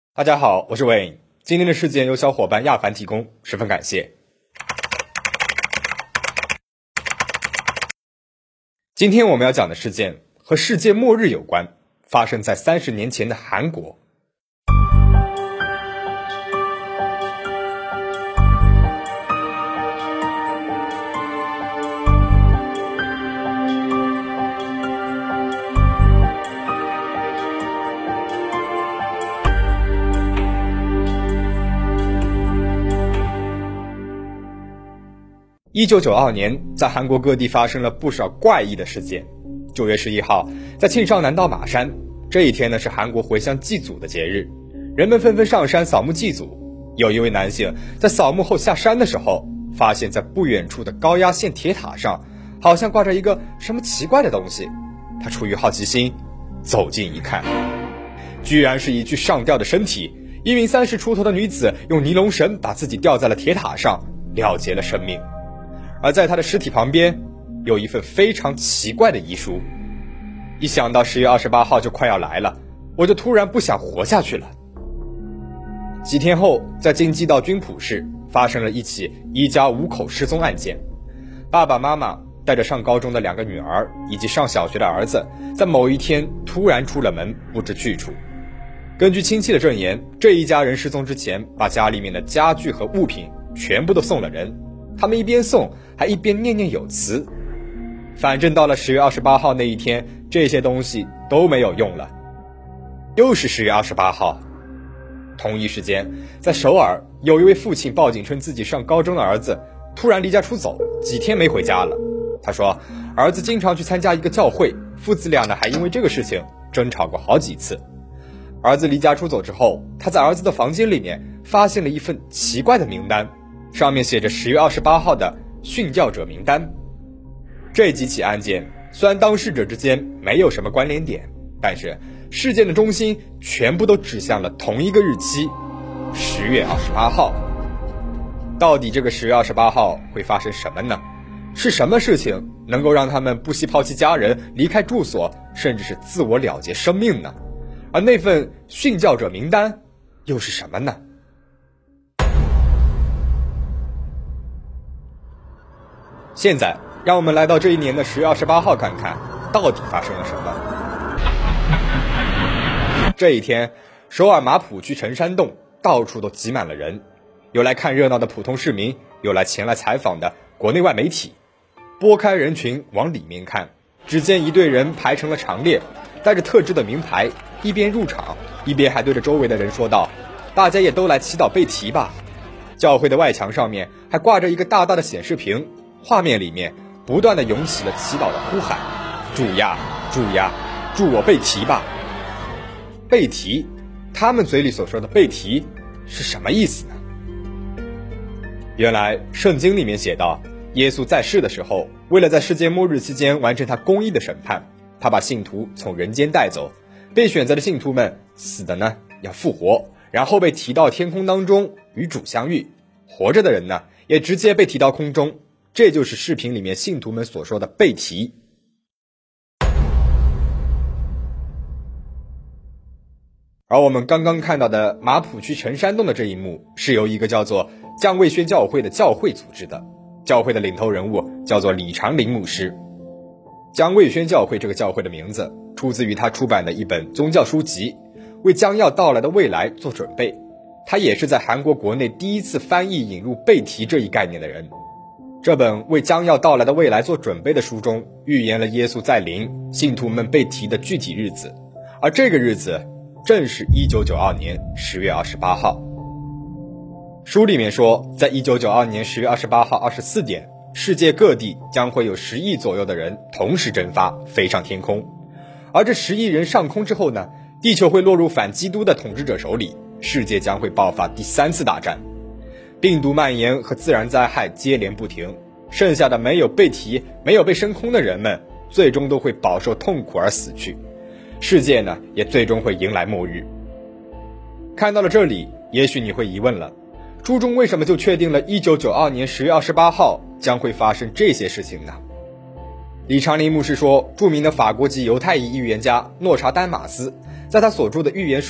大家好，我是 Wayne。今天的事件由小伙伴亚凡提供，十分感谢。今天我们要讲的事件和世界末日有关，发生在30年前的韩国。1992年，在韩国各地发生了不少怪异的事件。9月11号，在庆尚南道马山，这一天呢是韩国回乡祭祖的节日，人们纷纷上山扫墓祭祖。有一位男性在扫墓后下山的时候，发现在不远处的高压线铁塔上，好像挂着一个什么奇怪的东西。他出于好奇心，走近一看，居然是一具上吊的身体。一名30出头的女子用尼龙绳把自己吊在了铁塔上，了结了生命。而在他的尸体旁边有一份非常奇怪的遗书。一想到10月28号就快要来了，我就突然不想活下去了。几天后，在京畿道军浦市发生了一起一家5口失踪案件。爸爸妈妈带着上高中的2个女儿以及上小学的儿子，在某一天突然出了门，不知去处。根据亲戚的证言，这一家人失踪之前把家里面的家具和物品全部都送了人，他们一边送还一边念念有词。反正到了10月28号那一天，这些东西都没有用了。又是10月28号，同一时间，在首尔有一位父亲报警称自己上高中的儿子突然离家出走，几天没回家了。他说儿子经常去参加一个教会，父子俩呢还因为这个事情争吵过好几次。儿子离家出走之后，他在儿子的房间里面发现了一份奇怪的名单，上面写着10月28号的殉教者名单。这几起案件虽然当事者之间没有什么关联点，但是事件的中心全部都指向了同一个日期，10月28号。到底这个10月28号会发生什么呢？是什么事情能够让他们不惜抛弃家人，离开住所，甚至是自我了结生命呢？而那份殉教者名单又是什么呢？现在让我们来到这一年的10月28号，看看到底发生了什么。这一天，首尔马浦区成山洞到处都挤满了人，有来看热闹的普通市民，有来前来采访的国内外媒体。拨开人群往里面看，只见一队人排成了长列，带着特制的名牌，一边入场一边还对着周围的人说道：大家也都来祈祷背题吧。教会的外墙上面还挂着一个大大的显示屏，画面里面不断地涌起了祈祷的呼喊：主呀主呀，助我背题吧。背题，他们嘴里所说的背题是什么意思呢？原来圣经里面写道，耶稣在世的时候，为了在世界末日期间完成他公义的审判，他把信徒从人间带走，被选择的信徒们死的呢要复活，然后被提到天空当中与主相遇，活着的人呢也直接被提到空中。这就是视频里面信徒们所说的背题。而我们刚刚看到的马浦区成山洞的这一幕，是由一个叫做降卫宣教会的教会组织的，教会的领头人物叫做李长林牧师。降卫宣教会这个教会的名字出自于他出版的一本宗教书籍，为将要到来的未来做准备。他也是在韩国国内第一次翻译引入背题这一概念的人。这本为将要到来的未来做准备的书中，预言了耶稣再临，信徒们被提的具体日子，而这个日子正是1992年10月28号。书里面说，在1992年10月28号24点，世界各地将会有10亿左右的人同时蒸发，飞上天空。而这10亿人上空之后呢，地球会落入反基督的统治者手里，世界将会爆发第3次大战。病毒蔓延和自然灾害接连不停，剩下的没有被提、没有被升空的人们，最终都会饱受痛苦而死去。世界呢，也最终会迎来末日。看到了这里，也许你会疑问了，书中为什么就确定了1992年10月28号将会发生这些事情呢？李长林牧师说，著名的法国籍犹太裔预言家诺查丹马斯在他所著的预言书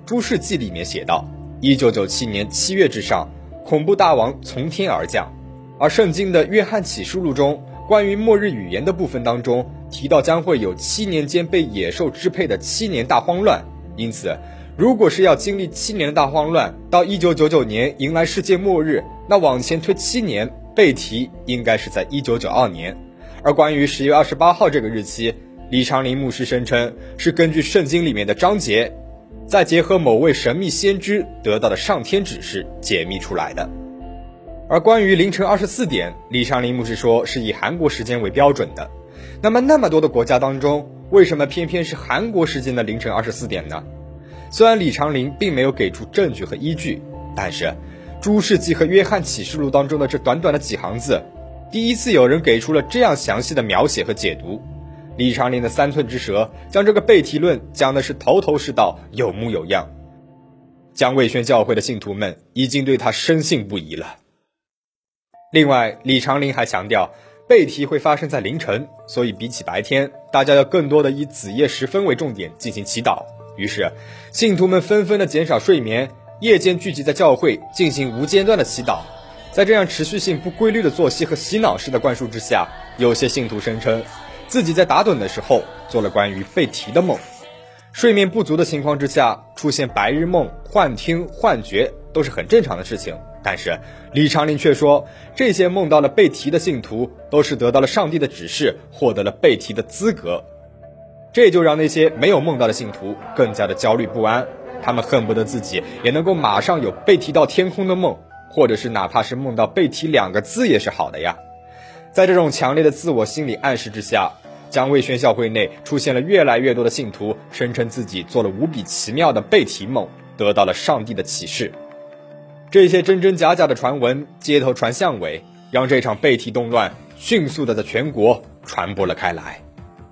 诸世纪》里面写道，1997年7月之上，恐怖大王从天而降。而圣经的约翰启示录中关于末日语言的部分当中提到，将会有7年间被野兽支配的7年大慌乱。因此如果是要经历7年的大慌乱，到1999年迎来世界末日，那往前推7年，被提应该是在1992年。而关于10月28号这个日期，李长林牧师声称是根据圣经里面的章节，再结合某位神秘先知得到的上天指示解密出来的。而关于凌晨24点，李长林牧师说是以韩国时间为标准的。那么多的国家当中，为什么偏偏是韩国时间的凌晨24点呢？虽然李长林并没有给出证据和依据，但是诸世纪和约翰启示录当中的这短短的几行字，第一次有人给出了这样详细的描写和解读。李长林的3寸之舌将这个背题论讲的是头头是道，有模有样。姜卫宣教会的信徒们已经对他深信不疑了。另外，李长林还强调背题会发生在凌晨，所以比起白天，大家要更多的以子夜时分为重点进行祈祷。于是信徒们纷纷的减少睡眠，夜间聚集在教会进行无间断的祈祷。在这样持续性不规律的作息和洗脑式的灌输之下，有些信徒声称自己在打盹的时候做了关于背题的梦。睡眠不足的情况之下，出现白日梦、幻听、幻觉都是很正常的事情。但是李长林却说，这些梦到了背题的信徒都是得到了上帝的指示，获得了背题的资格。这就让那些没有梦到的信徒更加的焦虑不安，他们恨不得自己也能够马上有背题到天空的梦，或者是哪怕是梦到背题2个字也是好的呀。在这种强烈的自我心理暗示之下，姜卫宣教会内出现了越来越多的信徒声称自己做了无比奇妙的背题梦，得到了上帝的启示。这些真真假假的传闻街头传巷尾，让这场背题动乱迅速地在全国传播了开来。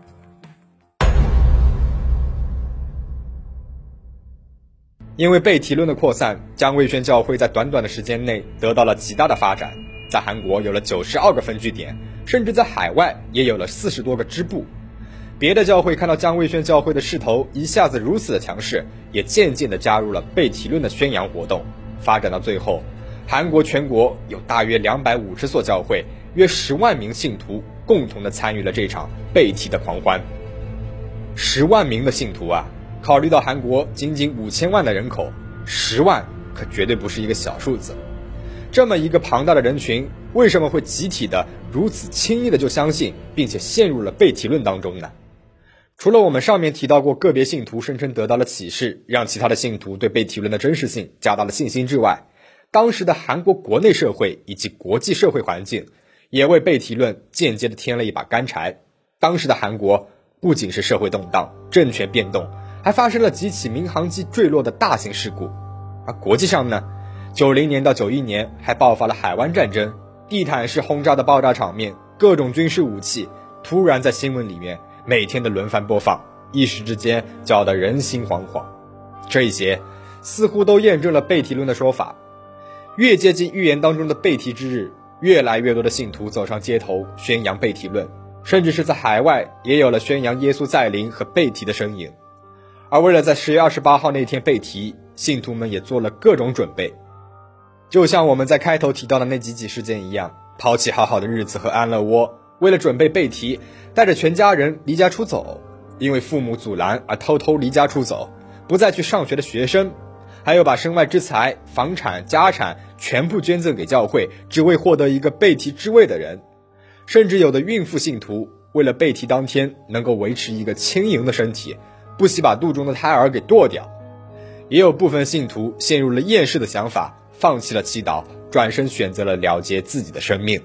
因为背题论的扩散，姜卫宣教会在短短的时间内得到了极大的发展，在韩国有了92个分据点，甚至在海外也有了40多个支部。别的教会看到姜卫宣教会的势头一下子如此的强势，也渐渐地加入了背题论的宣扬活动。发展到最后，韩国全国有大约250所教会，约10万名信徒共同地参与了这场背题的狂欢。10万名的信徒啊，考虑到韩国仅仅5000万的人口，10万可绝对不是一个小数字。这么一个庞大的人群，为什么会集体的如此轻易的就相信，并且陷入了背题论当中呢？除了我们上面提到过个别信徒声称得到了启示，让其他的信徒对背题论的真实性加大了信心之外，当时的韩国国内社会以及国际社会环境也为背题论间接的添了一把干柴。当时的韩国不仅是社会动荡、政权变动，还发生了几起民航机坠落的大型事故。而国际上呢，90年到91年还爆发了海湾战争，地毯式轰炸的爆炸场面，各种军事武器突然在新闻里面每天的轮番播放，一时之间搅得人心惶惶。这一些似乎都验证了背题论的说法，越接近预言当中的背题之日，越来越多的信徒走上街头宣扬背题论，甚至是在海外也有了宣扬耶稣再临和背题的身影。而为了在10月28号那天背题，信徒们也做了各种准备。就像我们在开头提到的那几起事件一样，抛弃好好的日子和安乐窝，为了准备背题，带着全家人离家出走，因为父母阻拦而偷偷离家出走，不再去上学的学生，还有把身外之财、房产、家产全部捐赠给教会，只为获得一个背题之位的人。甚至有的孕妇信徒为了背题当天能够维持一个轻盈的身体，不惜把肚中的胎儿给剁掉。也有部分信徒陷入了厌世的想法，放弃了祈祷，转身选择了了结自己的生命。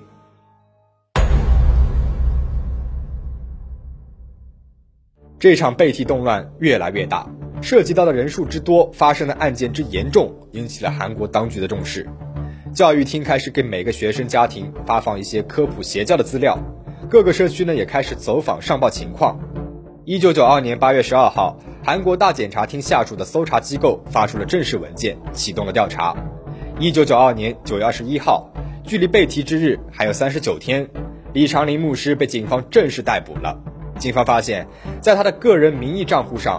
这场背题动乱越来越大，涉及到的人数之多，发生的案件之严重，引起了韩国当局的重视。教育厅开始给每个学生家庭发放一些科普邪教的资料，各个社区呢也开始走访上报情况。1992年8月12号，韩国大检察厅下属的搜查机构发出了正式文件，启动了调查。1992年9月21号，距离背题之日还有39天，李长林牧师被警方正式逮捕了。警方发现，在他的个人名义账户上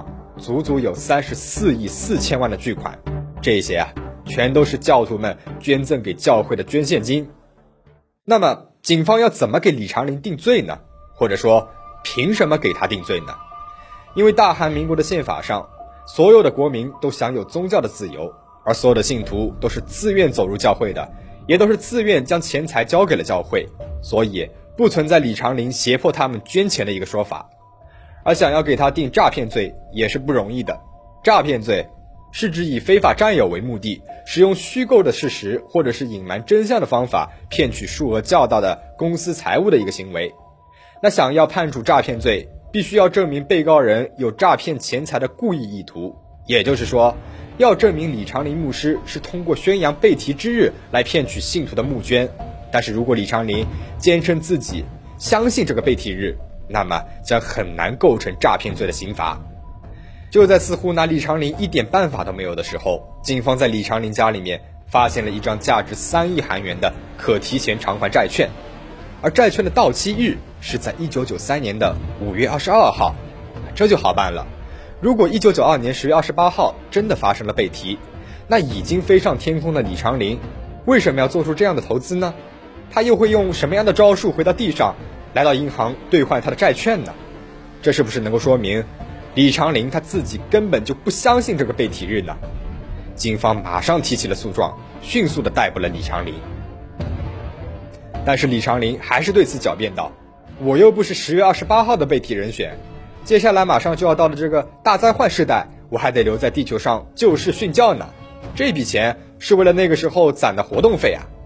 足足有34亿4千万的巨款，这些全都是教徒们捐赠给教会的捐献金。那么警方要怎么给李长林定罪呢？或者说凭什么给他定罪呢？因为大韩民国的宪法上，所有的国民都享有宗教的自由，而所有的信徒都是自愿走入教会的，也都是自愿将钱财交给了教会，所以不存在李长林胁迫他们捐钱的一个说法。而想要给他定诈骗罪也是不容易的。诈骗罪是指以非法占有为目的，使用虚构的事实或者是隐瞒真相的方法骗取数额较大的公私财物的一个行为。那想要判处诈骗罪，必须要证明被告人有诈骗钱财的故意意图，也就是说要证明李长林牧师是通过宣扬被提之日来骗取信徒的募捐。但是如果李长林坚称自己相信这个被提日，那么将很难构成诈骗罪的刑罚。就在似乎拿李长林一点办法都没有的时候，警方在李长林家里面发现了一张价值3亿韩元的可提前偿还债券，而债券的到期日是在1993年的5月22号，这就好办了。如果1992年10月28号真的发生了被提，那已经飞上天空的李长林为什么要做出这样的投资呢？他又会用什么样的招数回到地上，来到银行兑换他的债券呢？这是不是能够说明李长林他自己根本就不相信这个被提日呢？警方马上提起了诉状，迅速的逮捕了李长林。但是李长林还是对此狡辩道，我又不是10月28号的被提人选，接下来马上就要到了这个大灾患时代，我还得留在地球上救世训教呢，这笔钱是为了那个时候攒的活动费啊。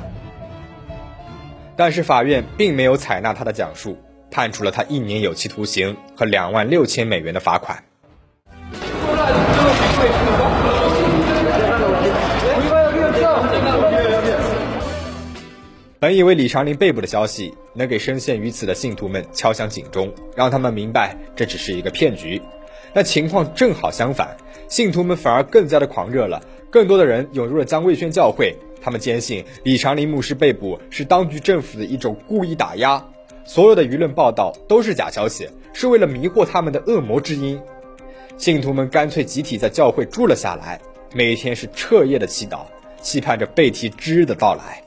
但是法院并没有采纳他的讲述，判处了他1年有期徒刑和26000美元的罚款。本以为李长林被捕的消息能给深陷于此的信徒们敲响警钟，让他们明白这只是一个骗局，但情况正好相反，信徒们反而更加的狂热了，更多的人涌入了江卫宣教会。他们坚信李长林牧师被捕是当局政府的一种故意打压，所有的舆论报道都是假消息，是为了迷惑他们的恶魔之音。信徒们干脆集体在教会住了下来，每天是彻夜的祈祷，期盼着被提之日的到来。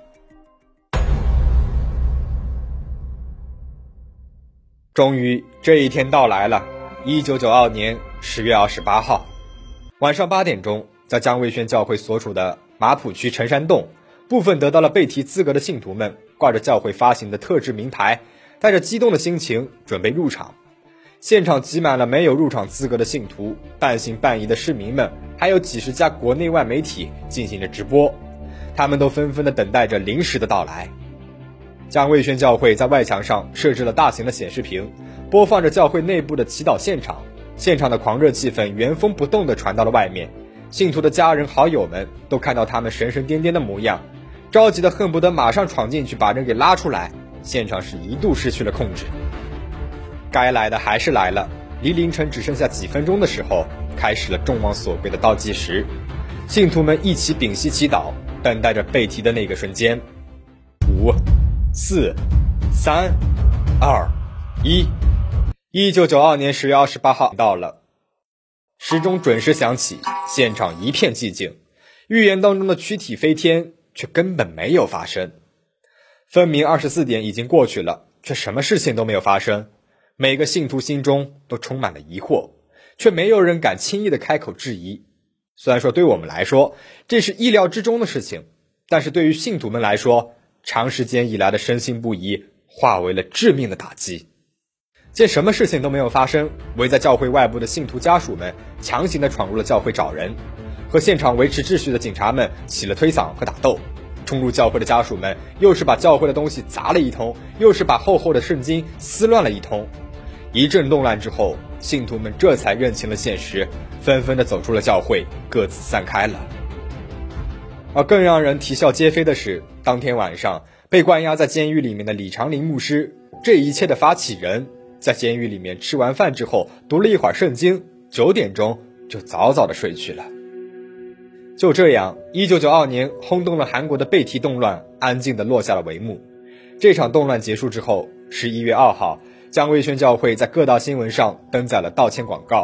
终于这一天到来了，1992年10月28号晚上8点钟，在江卫宣教会所属的马浦区陈山洞，部分得到了被提资格的信徒们挂着教会发行的特制名牌，带着激动的心情准备入场。现场挤满了没有入场资格的信徒，半信半疑的市民们，还有几十家国内外媒体进行着直播，他们都纷纷地等待着临时的到来。江卫宣教会在外墙上设置了大型的显示屏，播放着教会内部的祈祷现场，现场的狂热气氛原封不动地传到了外面。信徒的家人好友们都看到他们神神颠颠的模样，着急的恨不得马上闯进去把人给拉出来，现场是一度失去了控制。该来的还是来了，离凌晨只剩下几分钟的时候，开始了众望所归的倒计时。信徒们一起屏息祈祷，等待着被提的那个瞬间。5、4、3、2、1。1992年10月28号到了，时钟准时响起，现场一片寂静，预言当中的躯体飞天却根本没有发生。分明24点已经过去了，却什么事情都没有发生。每个信徒心中都充满了疑惑，却没有人敢轻易的开口质疑。虽然说对我们来说这是意料之中的事情，但是对于信徒们来说，长时间以来的深信不疑化为了致命的打击。见什么事情都没有发生，围在教会外部的信徒家属们强行地闯入了教会找人，和现场维持秩序的警察们起了推搡和打斗。冲入教会的家属们又是把教会的东西砸了一通，又是把厚厚的圣经撕乱了一通。一阵动乱之后，信徒们这才认清了现实，纷纷地走出了教会，各自散开了。而更让人啼笑皆非的是，当天晚上被关押在监狱里面的李长林牧师，这一切的发起人，在监狱里面吃完饭之后读了一会儿圣经，9点钟就早早的睡去了。就这样，1992年轰动了韩国的被提动乱安静地落下了帷幕。这场动乱结束之后，11月2号，江卫宣教会在各大新闻上登载了道歉广告。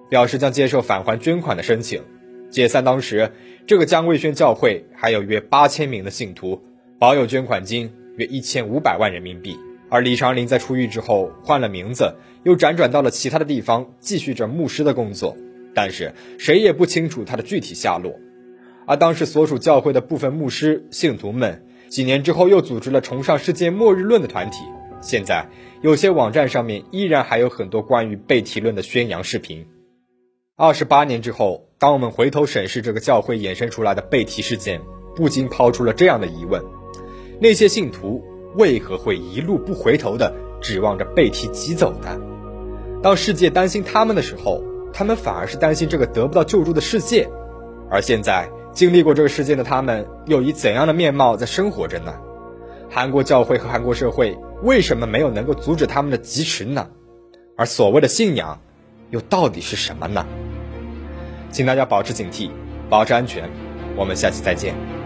表示将接受返还捐款的申请。解散当时，这个姜卫轩教会还有约8000名的信徒，保有捐款金约1500万人民币。而李长林在出狱之后换了名字，又辗转到了其他的地方，继续着牧师的工作，但是谁也不清楚他的具体下落。而当时所属教会的部分牧师信徒们几年之后又组织了崇尚世界末日论的团体，现在有些网站上面依然还有很多关于被提论的宣扬视频。28年之后，当我们回头审视这个教会衍生出来的被提事件，不禁抛出了这样的疑问：那些信徒为何会一路不回头的指望着被提挤走呢？当世界担心他们的时候，他们反而是担心这个得不到救助的世界。而现在经历过这个事件的他们又以怎样的面貌在生活着呢？韩国教会和韩国社会为什么没有能够阻止他们的疾驰呢？而所谓的信仰又到底是什么呢？请大家保持警惕，保持安全，我们下期再见。